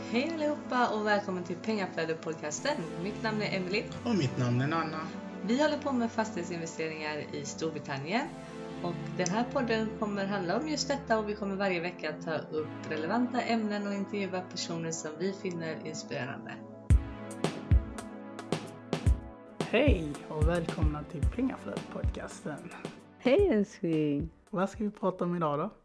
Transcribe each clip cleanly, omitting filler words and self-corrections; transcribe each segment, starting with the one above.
Hej allihopa och välkommen till Pengaflödet-podcasten. Mitt namn är Emily. Och mitt namn är Anna. Vi håller på med fastighetsinvesteringar i Storbritannien. Och den här podden kommer handla om just detta och vi kommer varje vecka ta upp relevanta ämnen och intervjua personer som vi finner inspirerande. Hej och välkomna till Pengaflödet-podcasten. Hej älskling! Vad ska vi prata om idag då?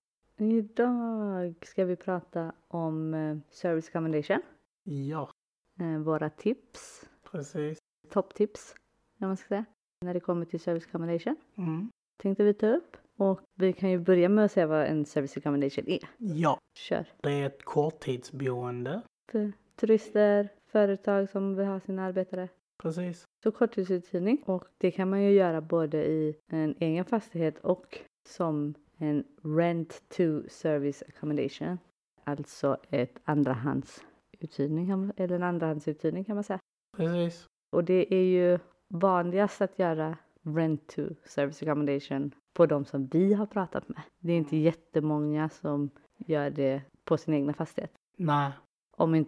Idag ska vi prata om service accommodation. Ja, Våra tips. precis. Topptips, kan man ska säga. När det kommer till service accommodation. Tänkte vi ta upp. Och vi kan ju börja med att säga vad en service accommodation är. Ja, Kör. det är ett korttidsboende. För turister, företag som vill ha sina arbetare. Precis. Så korttidsuthyrning. Och det kan man ju göra både i en egen fastighet och som en rent to service accommodation. Alltså ett andrahandsuthyrning eller en andrahandsuthyrning kan man säga. Precis. Och det är ju vanligast att göra rent to service accommodation på de som vi har pratat med. Det är inte jättemånga som gör det på sin egna fastighet. Nej. Om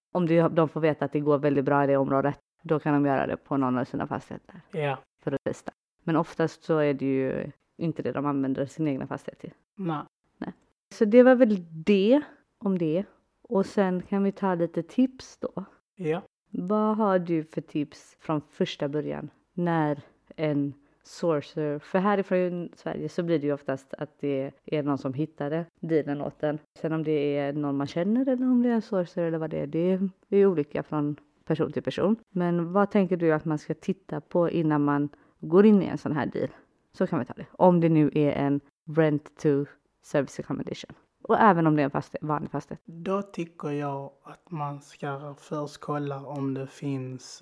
de får veta att det går väldigt bra i det området, då kan de göra det på någon av sina fastigheter Ja. för att testa. Men oftast så är det ju inte det de använder sin egna fastighet till. Nej. Så det var väl det om det. Och sen kan vi ta lite tips då. Ja. Vad har du för tips från första början när en sourcer, för härifrån Sverige så blir det ju oftast att det är någon som hittade dealen åt den. Sen om det är någon man känner eller om det är en sourcer eller vad det är olika från person till person. Men vad tänker du att man ska titta på innan man går in i en sån här deal? Så kan vi ta det. Om det nu är en rent to service accommodation. Och även om det är en vanlig fastighet. Då tycker jag att man ska först kolla om det finns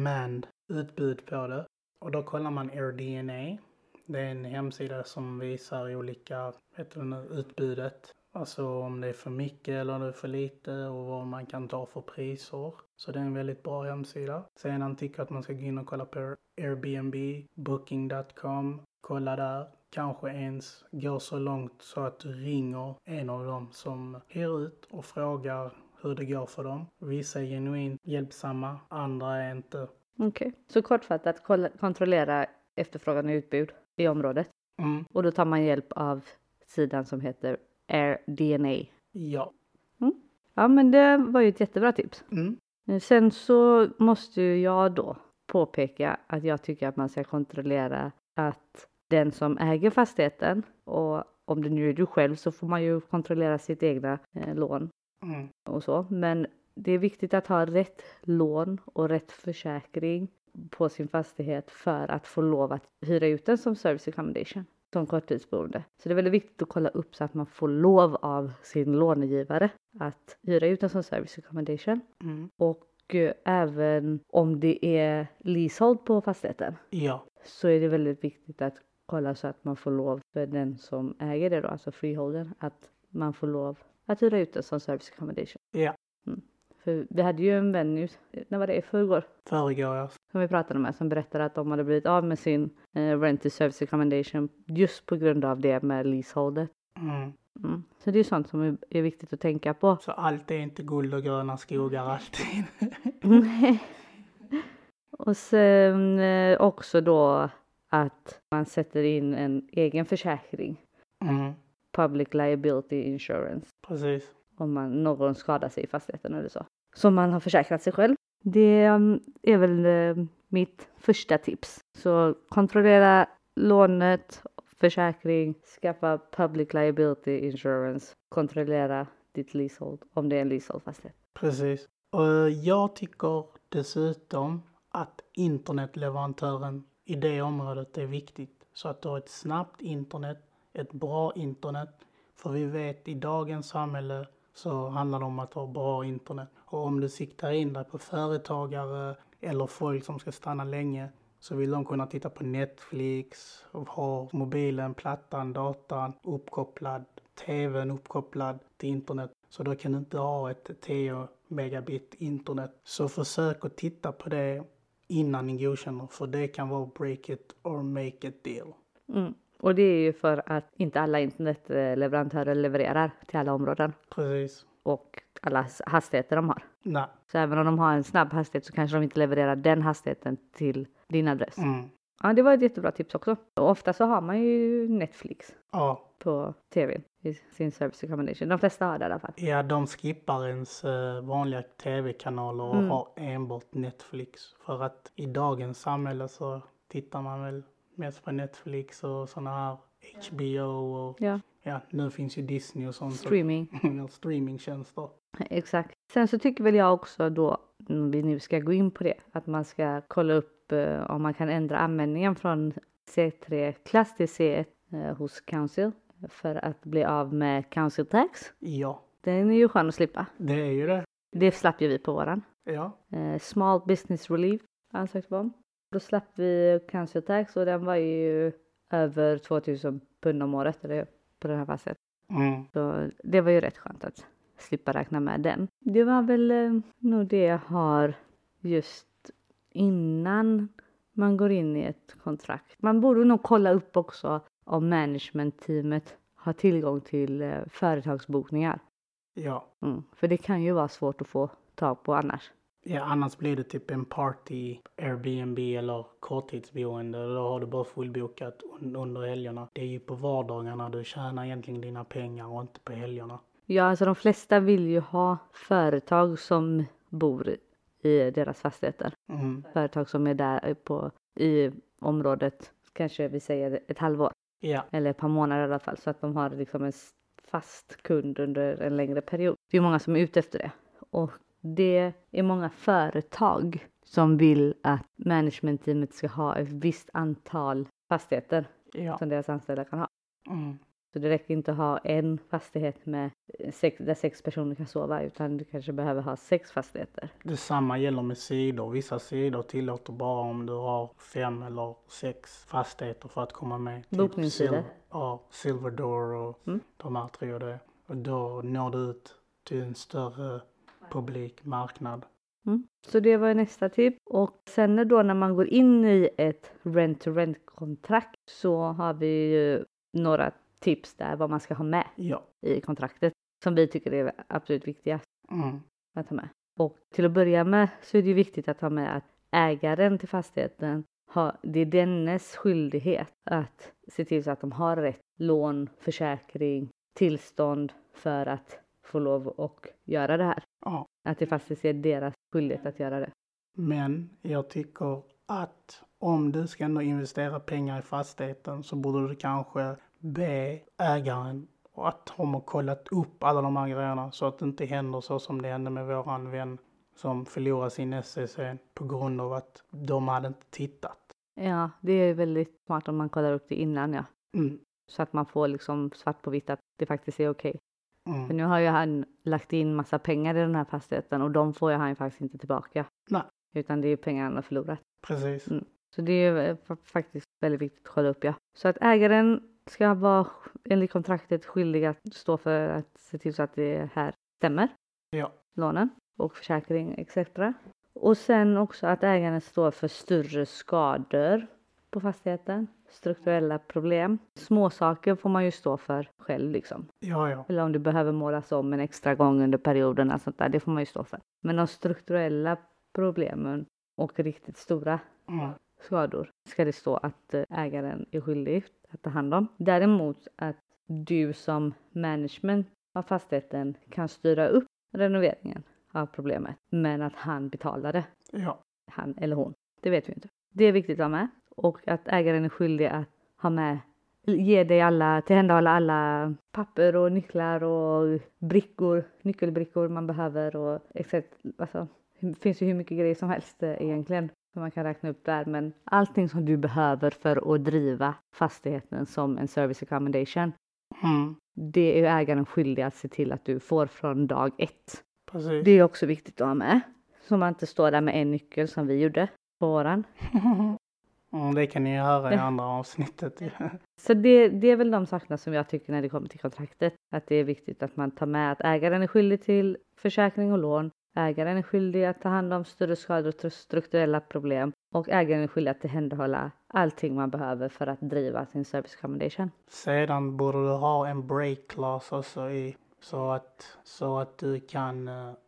utbud på det. Och då kollar man AirDNA. Det är en hemsida som visar olika utbudet. Alltså om det är för mycket eller om det är för lite och vad man kan ta för priser. Så det är en väldigt bra hemsida. Sen tycker jag att man ska gå in och kolla på Airbnb, Booking.com. Kolla där. Kanske ens gå så långt så att du ringer en av dem som hyr ut och frågar hur det går för dem. Vissa är genuint hjälpsamma, andra är inte. Okej. Så kortfattat kontrollera efterfrågan och utbud i området. Och då tar man hjälp av sidan som heter AirDNA. Ja. Ja, men det var ju ett jättebra tips. Sen så måste jag då påpeka att jag tycker att man ska kontrollera att den som äger fastigheten, och om det nu är du själv så får man ju kontrollera sitt egna lån och så. Men det är viktigt att ha rätt lån och rätt försäkring på sin fastighet för att få lov att hyra ut den som service accommodation, som korttidsboende. Så det är väldigt viktigt att kolla upp så att man får lov av sin lånegivare att hyra ut den som service accommodation. Och även om det är leasehold på fastigheten. Ja. Så är det väldigt viktigt att kolla så att man får lov för den som äger det då, alltså freeholden, att man får lov att hyra ut det som service accommodation. Ja. För vi hade ju en vän nu, när var det? I förrgår? Förrgår, ja. Som vi pratade med, som berättade att de hade blivit av med sin rent to service accommodation just på grund av det med leaseholdet. Så det är sånt som är viktigt att tänka på. Så allt är inte guld och gröna skogar alltid. Och sen också då att man sätter in en egen försäkring. Public liability insurance. Precis. Om någon skadar sig i fastigheten eller så. Som man har försäkrat sig själv. Det är väl mitt första tips. Så kontrollera lånet, försäkring, skaffa public liability insurance, kontrollera ditt leasehold om det är en leasehold fastighet. Precis. Och jag tycker dessutom att internetleverantören i det området är viktigt. Så att du har ett snabbt internet, ett bra internet. För vi vet i dagens samhälle så handlar det om att ha bra internet. Och om du siktar in dig på företagare eller folk som ska stanna länge så vill de kunna titta på Netflix och ha mobilen, plattan, datan uppkopplad, tvn uppkopplad till internet. Så då kan du inte ha ett 10 megabit internet. Så försök att titta på det innan ni godkänner, för det kan vara break it or make it deal. Och det är ju för att inte alla internetleverantörer levererar till alla områden. Precis. och alla hastigheter de har. Nej. Så även om de har en snabb hastighet så kanske de inte levererar den hastigheten till din adress. Ja, det var ett jättebra tips också. Och ofta så har man ju Netflix på tv i sin service accommodation. De flesta har det i alla fall. Ja, de skippar ens vanliga tv-kanaler och har enbart Netflix. För att i dagens samhälle så tittar man väl mest på Netflix och sådana här HBO och nu finns ju Disney och sånt. Streaming. Streamingtjänster. Exakt. Sen så tycker väl jag också då, om vi nu ska gå in på det, att man ska kolla upp om man kan ändra användningen från C3-klass till C1 hos Council för att bli av med Council Tax. Ja. Den är ju skön att slippa. Det är ju det. Det slapp ju vi på våran. Ja. Small Business Relief ansökte vi om. Då slapp vi Council Tax och den var ju över 2000 pund om året på den här fastigheten. Så det var ju rätt skönt att slippa räkna med den. Det var väl nog det jag har just innan man går in i ett kontrakt. Man borde nog kolla upp också om managementteamet har tillgång till företagsbokningar. Ja. För det kan ju vara svårt att få tag på annars. Ja, annars blir det typ en party, Airbnb eller korttidsboende. Då har du bara fullbokat under helgerna. Det är ju på vardagarna du tjänar egentligen dina pengar och inte på helgerna. Ja, alltså de flesta vill ju ha företag som bor i deras fastigheter. Företag som är där i området, kanske vi säger ett halvår. Ja. Eller ett par månader i alla fall. Så att de har liksom en fast kund under en längre period. Det är många som är ute efter det. Och det är många företag som vill att managementteamet ska ha ett visst antal fastigheter som deras anställda kan ha. Så det räcker inte att ha en fastighet med där 6 personer kan sova, utan du kanske behöver ha 6 fastigheter. Detsamma gäller med sidor. Vissa sidor tillåter bara om du har 5 eller 6 fastigheter för att komma med. Bokningssidor. Silver Door och de här tror jag det är. Och då når du ut till en större publik marknad. Så det var nästa tips. Och sen då när man går in i ett rent-to-rent-kontrakt så har vi ju några tips där vad man ska ha med i kontraktet som vi tycker är absolut viktigast att ha med. Och till att börja med så är det ju viktigt att ha med att ägaren till fastigheten det är dennes skyldighet att se till så att de har rätt lån, försäkring, tillstånd för att få lov och göra det här. Att det faktiskt är deras skyldighet att göra det. Men jag tycker att om du ska ändå investera pengar i fastigheten så borde du kanske be ägaren att de har kollat upp alla de här grejerna så att det inte händer så som det hände med våran vän som förlorade sin SCC på grund av att de hade inte tittat. Ja, det är väldigt smart om man kollar upp det innan, så att man får liksom svart på vitt att det faktiskt är okej. För nu har ju han lagt in massa pengar i den här fastigheten och de får ju han faktiskt inte tillbaka. Nej. Utan det är pengar han har förlorat. Precis. Så det är faktiskt väldigt viktigt att kolla upp, Så att ägaren ska vara enligt kontraktet skyldig att stå för att se till så att det här stämmer. Ja. Lånen och försäkring etc. Och sen också att ägaren står för större skador på fastigheten. Strukturella problem. Små saker får man ju stå för själv liksom. Ja. Eller om du behöver målas om en extra gång under perioden och sånt där. Det får man ju stå för. Men de strukturella problemen och riktigt stora skador ska det stå att ägaren är skyldig att ta hand om. Däremot att du som management av fastigheten kan styra upp renoveringen av problemet. Men att han betalar det. Ja. Han eller hon. Det vet vi inte. Det är viktigt att ha med. Och att ägaren är skyldig att ha med, ge dig tillhandahålla alla papper och nycklar och nyckelbrickor man behöver och exakt, alltså det finns ju hur mycket grejer som helst egentligen som man kan räkna upp där, men allting som du behöver för att driva fastigheten som en service accommodation, det är ägaren skyldig att se till att du får från dag 1. Precis. Det är också viktigt att ha med, så man inte står där med en nyckel som vi gjorde på våran. Det kan ni höra i andra avsnittet. Så det är väl de sakerna som jag tycker när det kommer till kontraktet. Att det är viktigt att man tar med att ägaren är skyldig till försäkring och lån. Ägaren är skyldig att ta hand om större skador och strukturella problem. Och ägaren är skyldig att tillhandahålla allting man behöver för att driva sin service accommodation. Sedan borde du ha en break clause också i Så att du kan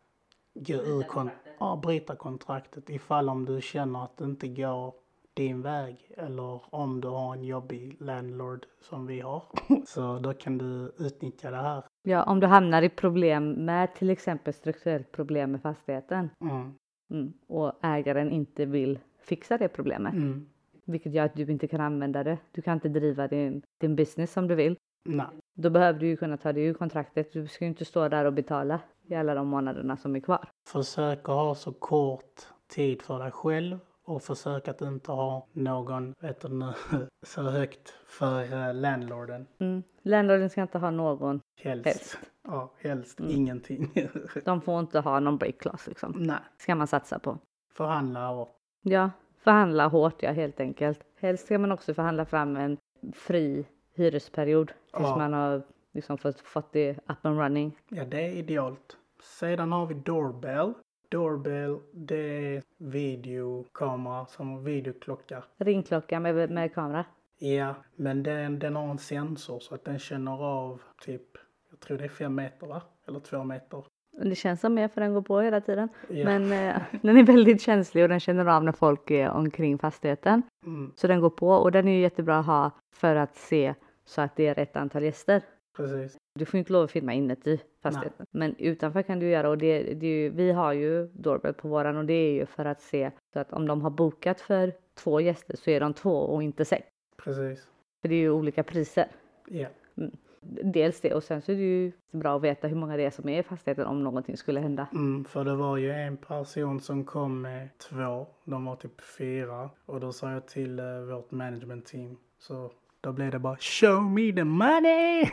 bryta kontraktet ifall om du känner att det inte går din väg eller om du har en jobbig landlord som vi har. Så då kan du utnyttja det här. Ja, om du hamnar i problem med till exempel strukturellt problem med fastigheten och ägaren inte vill fixa det problemet. Vilket gör att du inte kan använda det. Du kan inte driva din business som du vill. Nej. Då behöver du ju kunna ta det ur kontraktet. Du ska ju inte stå där och betala i alla de månaderna som är kvar. Försök att ha så kort tid för dig själv och försök att inte ha någon så högt för landlorden. Landlorden ska inte ha någon helst. Ja, helst ingenting. De får inte ha någon break clause liksom. Nej. Ska man satsa på. Förhandla hårt. Ja, förhandla hårt helt enkelt. Helst ska man också förhandla fram en fri hyresperiod tills man har liksom fått det up and running. Ja, det är idealt. Sedan har vi doorbell. Doorbell, det är videokamera som videoklocka. Ringklocka med kamera. Ja, men den har en sensor så att den känner av typ, jag tror det är 5 meter va? Eller 2 meter. Det känns som mer för den går på hela tiden. Ja. Men den är väldigt känslig och den känner av när folk är omkring fastigheten. Så den går på och den är ju jättebra att ha för att se så att det är rätt antal gäster. Precis. Du får inte lov att filma inuti fastigheten. Nej. Men utanför kan du göra och det är ju, vi har ju doorbell på våran och det är ju för att se så att om de har bokat för 2 gäster så är de 2 och inte 6. Precis. För det är ju olika priser. Ja. Dels det och sen så är det ju bra att veta hur många det är som är i fastigheten om någonting skulle hända. För det var ju en person som kom med 2, de var typ 4 och då sa jag till vårt management team så då blev det bara show me the money!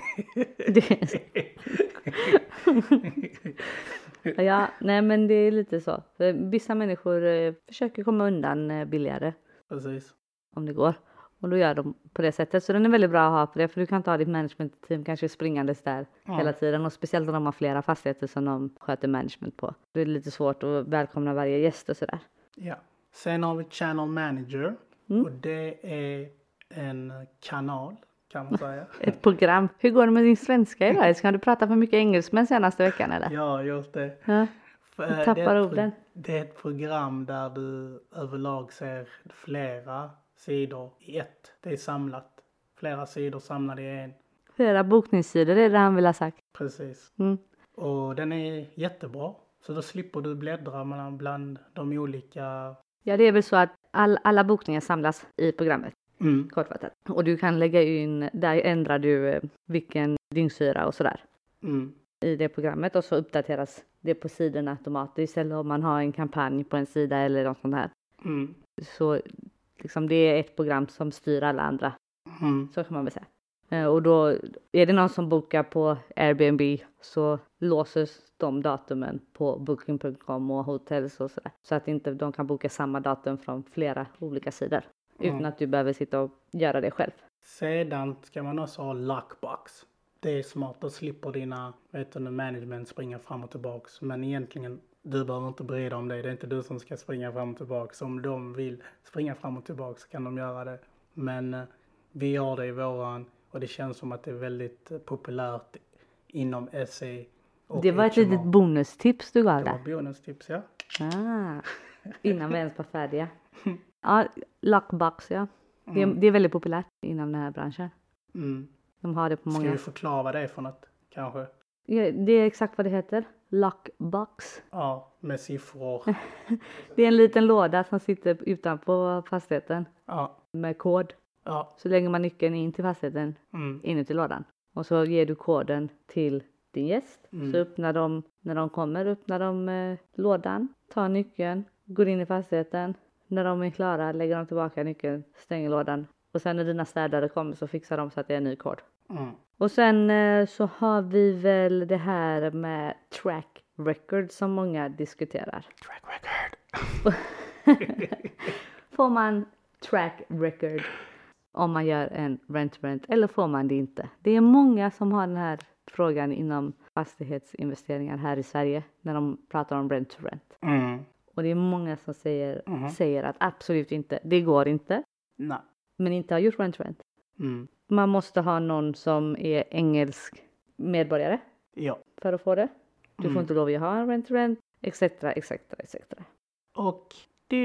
Ja, nej men det är lite så. För vissa människor försöker komma undan billigare. Precis. Om det går. Och då gör de på det sättet. Så den är väldigt bra att ha på det. För du kan inte ha ditt management-team kanske springandes där hela tiden. Och speciellt om de har flera fastigheter som de sköter management på. Då är det lite svårt att välkomna varje gäst och sådär. Ja. Sen har vi channel manager. Och det är en kanal kan man säga. Ett program. Hur går det med din svenska idag? Ska du prata för mycket engelsmän senaste veckan eller? Ja, just det. Ja. Du tappar orden. Det är ett program där du överlag ser flera sidor i ett. Det är samlat. Flera sidor samlade i en. Flera bokningssidor är det han vill ha sagt. Precis. Och den är jättebra. Så då slipper du bläddra bland de olika. Ja, det är väl så att alla bokningar samlas i programmet. Kortfattat. Och du kan lägga in, där ändrar du vilken dygnsyra och sådär. I det programmet och så uppdateras det på sidorna automatiskt. Eller om man har en kampanj på en sida eller något sånt här. Så liksom det är ett program som styr alla andra. Så kan man väl säga. Och då är det någon som bokar på Airbnb så låses de datumen på booking.com och hotels och sådär. Så att inte de kan boka samma datum från flera olika sidor. Utan att du behöver sitta och göra det själv. Sedan ska man också ha lockbox. Det är smart, då slipper dina management springa fram och tillbaks. Men egentligen, du behöver inte bry dig om det. Det är inte du som ska springa fram och tillbaks. Om de vill springa fram och tillbaks så kan de göra det. Men vi har det i våran och det känns som att det är väldigt populärt inom SE. Det var ett litet bonustips du gav där. Det var bonustips, ja. Innan vi ens var färdiga. Ja, lockbox, ja. Det är väldigt populärt inom den här branschen. De har det på många. Ska vi förklara vad det är för något, kanske? Ja, det är exakt vad det heter. Lockbox. Ja, med siffror. Det är en liten låda som sitter utanpå fastigheten. Ja. Med kod. Ja. Så lägger man nyckeln in till fastigheten. Inuti lådan. Och så ger du koden till din gäst. Så öppnar de, när de kommer, öppnar de lådan. Tar nyckeln. Går in i fastigheten. När de är klara lägger de tillbaka nyckeln. Stänger lådan. Och sen när dina städare kommer så fixar de så att det är en ny kod. Och sen så har vi väl det här med track record som många diskuterar. Track record. Får man track record om man gör en rent eller får man det inte? Det är många som har den här frågan inom fastighetsinvesteringar här i Sverige när de pratar om rent. Och det är många som säger att absolut inte, det går inte. Nej. Men inte har gjort rent. Man måste ha någon som är engelsk medborgare. Ja. för att få det. Du får inte lov att ha en rent-to-rent, etc. Och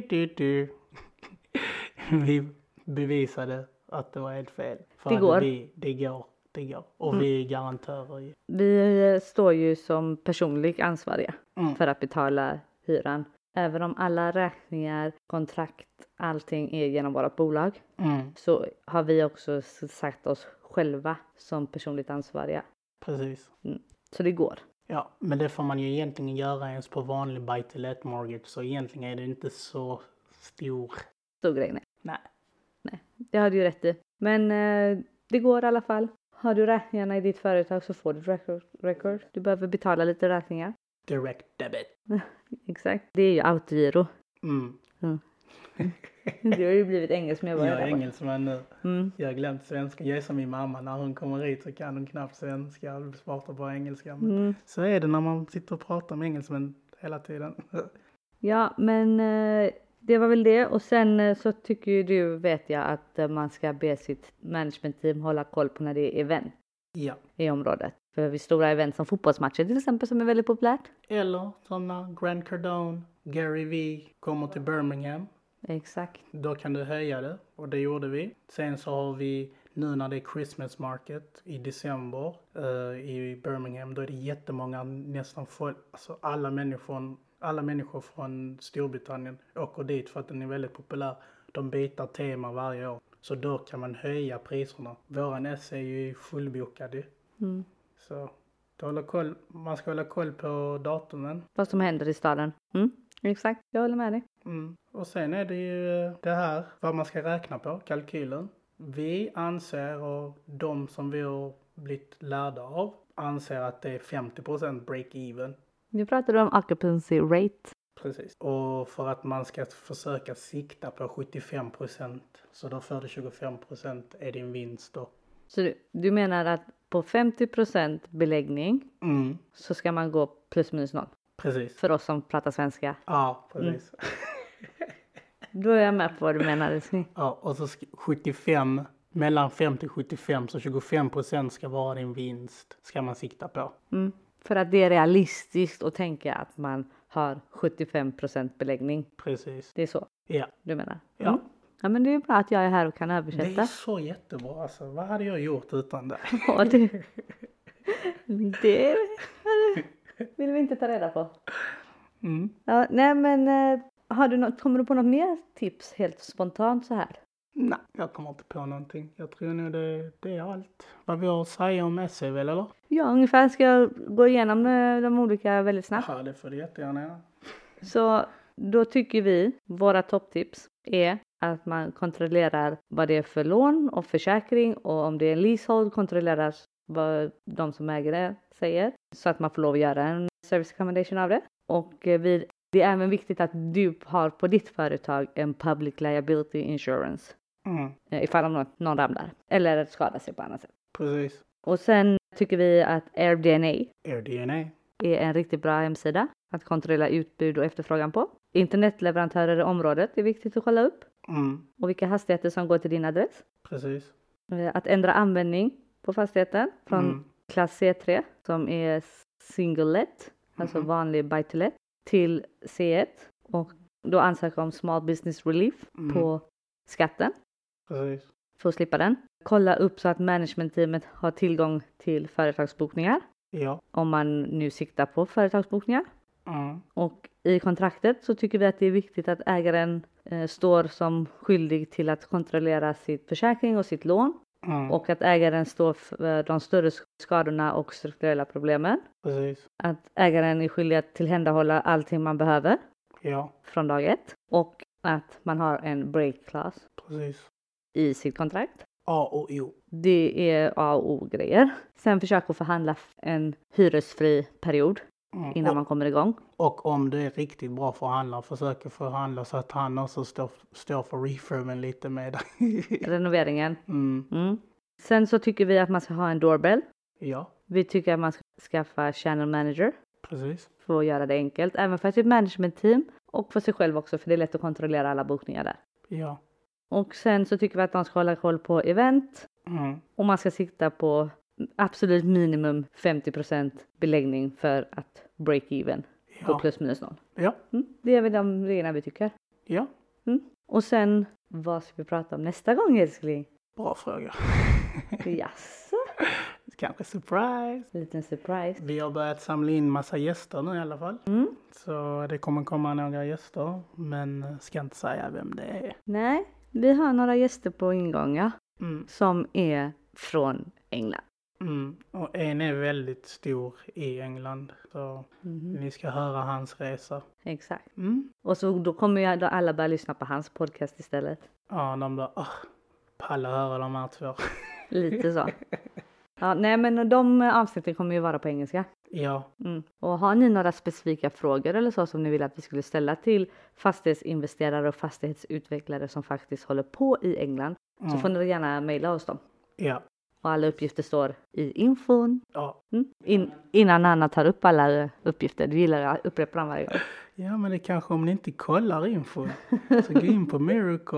vi bevisade att det var helt fel. För det går. Det går. Och vi är garantörer. Vi står ju som personligt ansvariga för att betala hyran. Även om alla räkningar, kontrakt, allting är genom vårt bolag. Så har vi också sagt oss själva som personligt ansvariga. Precis. Så det går. Ja, men det får man ju egentligen göra ens på vanlig buy-to-let mortgage. Så egentligen är det inte så stor grej. Nej. Det har du ju rätt i. Men det går i alla fall. Har du räkningarna i ditt företag så får du record. Du behöver betala lite räkningar. Direct debit. Exakt. Det är ju autogiro. Du har ju blivit engelsman. Jag är engelsman nu. Jag har glömt svenska. Jag är som min mamma. När hon kommer hit så kan hon knappt svenska. Och pratar bara engelska. Men så är det när man sitter och pratar med engelsmän hela tiden. Ja, men det var väl det. Och sen så tycker ju du, vet jag, att man ska be sitt managementteam hålla koll på när det är event i området. För vid stora event som fotbollsmatcher till exempel som är väldigt populärt. Eller som när Grant Cardone, Gary V kommer till Birmingham. Exakt. Då kan du höja det och det gjorde vi. Sen så har vi nu när det är Christmas market i december i Birmingham. Då är det jättemånga, nästan folk, alltså alla människor från Storbritannien åker dit för att den är väldigt populär. De byter tema varje år. Så då kan man höja priserna. Våran S är ju fullbokad. Så man ska hålla koll på datumen. Vad som händer i staden. Exakt, jag håller med dig. Och sen är det ju det här, vad man ska räkna på, kalkylen. Vi anser, och de som vi har blivit lärda av, anser att det är 50% break-even. Nu pratar du om occupancy rate. Precis. Och för att man ska försöka sikta på 75%, så då för det 25% är din vinst då. Så du menar att på 50% beläggning så ska man gå plus minus noll? Precis. För oss som pratar svenska. Ja, precis. Då är jag med på vad du menar. Ja, och så 75, mellan 50-75, så 25% ska vara din vinst, ska man sikta på. För att det är realistiskt att tänka att man har 75% beläggning. Precis. Det är så du menar? Ja. Ja, men det är bra att jag är här och kan översätta. Det är så jättebra alltså. Vad hade jag gjort utan det? Ja, det vill vi inte ta reda på. Ja, nej men kommer du på något mer tips helt spontant så här? Nej, jag kommer inte på någonting. Jag tror nog det är allt. Vad vi har att säga om SE väl, eller? Ja, ungefär. Ska jag gå igenom de olika väldigt snabbt? Ja, det får du jättegärna göra. Så då tycker vi, våra topptips är att man kontrollerar vad det är för lån och försäkring, och om det är en leasehold kontrolleras vad de som äger det säger, så att man får lov att göra en service accommodation av det. Och det är även viktigt att du har på ditt företag en public liability insurance ifall någon ramlar eller skadar sig på annat sätt. Precis. Och sen tycker vi att AirDNA är en riktigt bra hemsida att kontrollera utbud och efterfrågan på. Internetleverantörer i området är viktigt att kolla upp. Och vilka hastigheter som går till din adress. Precis. Att ändra användning på fastigheten från klass C3 som är single let, alltså vanlig buy to let, till C1. Och då ansöka om small business relief på skatten. Precis. För att slippa den. Kolla upp så att managementteamet har tillgång till företagsbokningar. Ja. Om man nu siktar på företagsbokningar. Och i kontraktet så tycker vi att det är viktigt att ägaren står som skyldig till att kontrollera sitt försäkring och sitt lån. Och att ägaren står för de större skadorna och strukturella problemen. Precis. Att ägaren är skyldig att tillhänderhålla allting man behöver. Ja. Från dag 1. Och att man har en break clause. Precis. I sitt kontrakt. A och O. Det är A och O-grejer. Sen försök att förhandla en hyresfri period. Innan man kommer igång. Och om du är riktigt bra förhandlare, försöker förhandla så att han också står för refurben lite med renoveringen. Sen så tycker vi att man ska ha en doorbell. Ja. Vi tycker att man ska skaffa channel manager. Precis. För att göra det enkelt. Även för sitt managementteam. Och för sig själv också. För det är lätt att kontrollera alla bokningar där. Ja. Och sen så tycker vi att de ska hålla koll på event. Och man ska sikta på absolut minimum 50% beläggning för att break even på plus minus noll. Ja. Det är väl de reglerna vi tycker. Ja. Och sen, vad ska vi prata om nästa gång, älskling? Bra fråga. Jaså? Kanske surprise. Liten surprise. Vi har börjat samla in massa gäster nu i alla fall. Så det kommer komma några gäster. Men ska inte säga vem det är. Nej, vi har några gäster på ingångar. Som är från England. Och en är väldigt stor i England. Så ni ska höra hans resa. Exakt. Och så då kommer ju alla börja lyssna på hans podcast istället. Ja, de bara, palla höra de här två. Lite så. Ja, nej men de avsnitten kommer ju vara på engelska. Ja. Och har ni några specifika frågor eller så som ni vill att vi skulle ställa till fastighetsinvesterare och fastighetsutvecklare som faktiskt håller på i England. Så får ni gärna mejla oss dem. Ja. Och alla uppgifter står i infon. Ja. Innan Anna tar upp alla uppgifter. Du gillar att upprepa dem varje gång. Ja, men det kanske om ni inte kollar infon. Så gå in på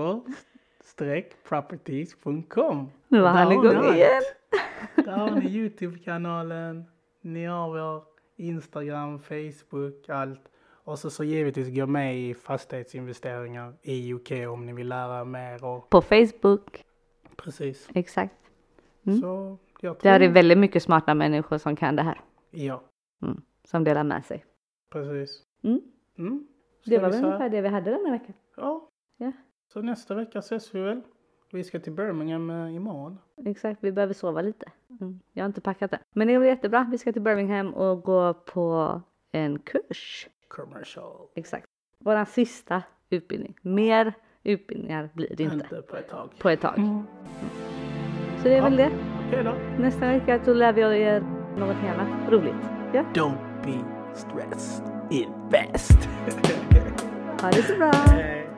miracle-properties.com. Nu var han igång igen. Där har ni YouTube-kanalen. Ni har vår Instagram, Facebook, allt. Och så givetvis gå med i fastighetsinvesteringar i UK om ni vill lära mer. Och... På Facebook. Precis. Exakt. Så jag tror... Där är väldigt mycket smarta människor som kan det här. Ja. Som delar med sig. Precis. Det var väl ungefär det vi hade den här veckan. Ja. Så nästa vecka ses vi väl. Vi ska till Birmingham imorgon. Exakt, vi behöver sova lite. Jag har inte packat det. Men det blir jättebra. Vi ska till Birmingham och gå på en kurs. Commercial. Exakt. Vår sista utbildning. Mer utbildningar blir det inte. Inte på ett tag. Så det är väl det. Okej då. Nästa vecka så lär vi er något annat roligt. Ja? Don't be stressed. Invest. Ha det så bra. Hej.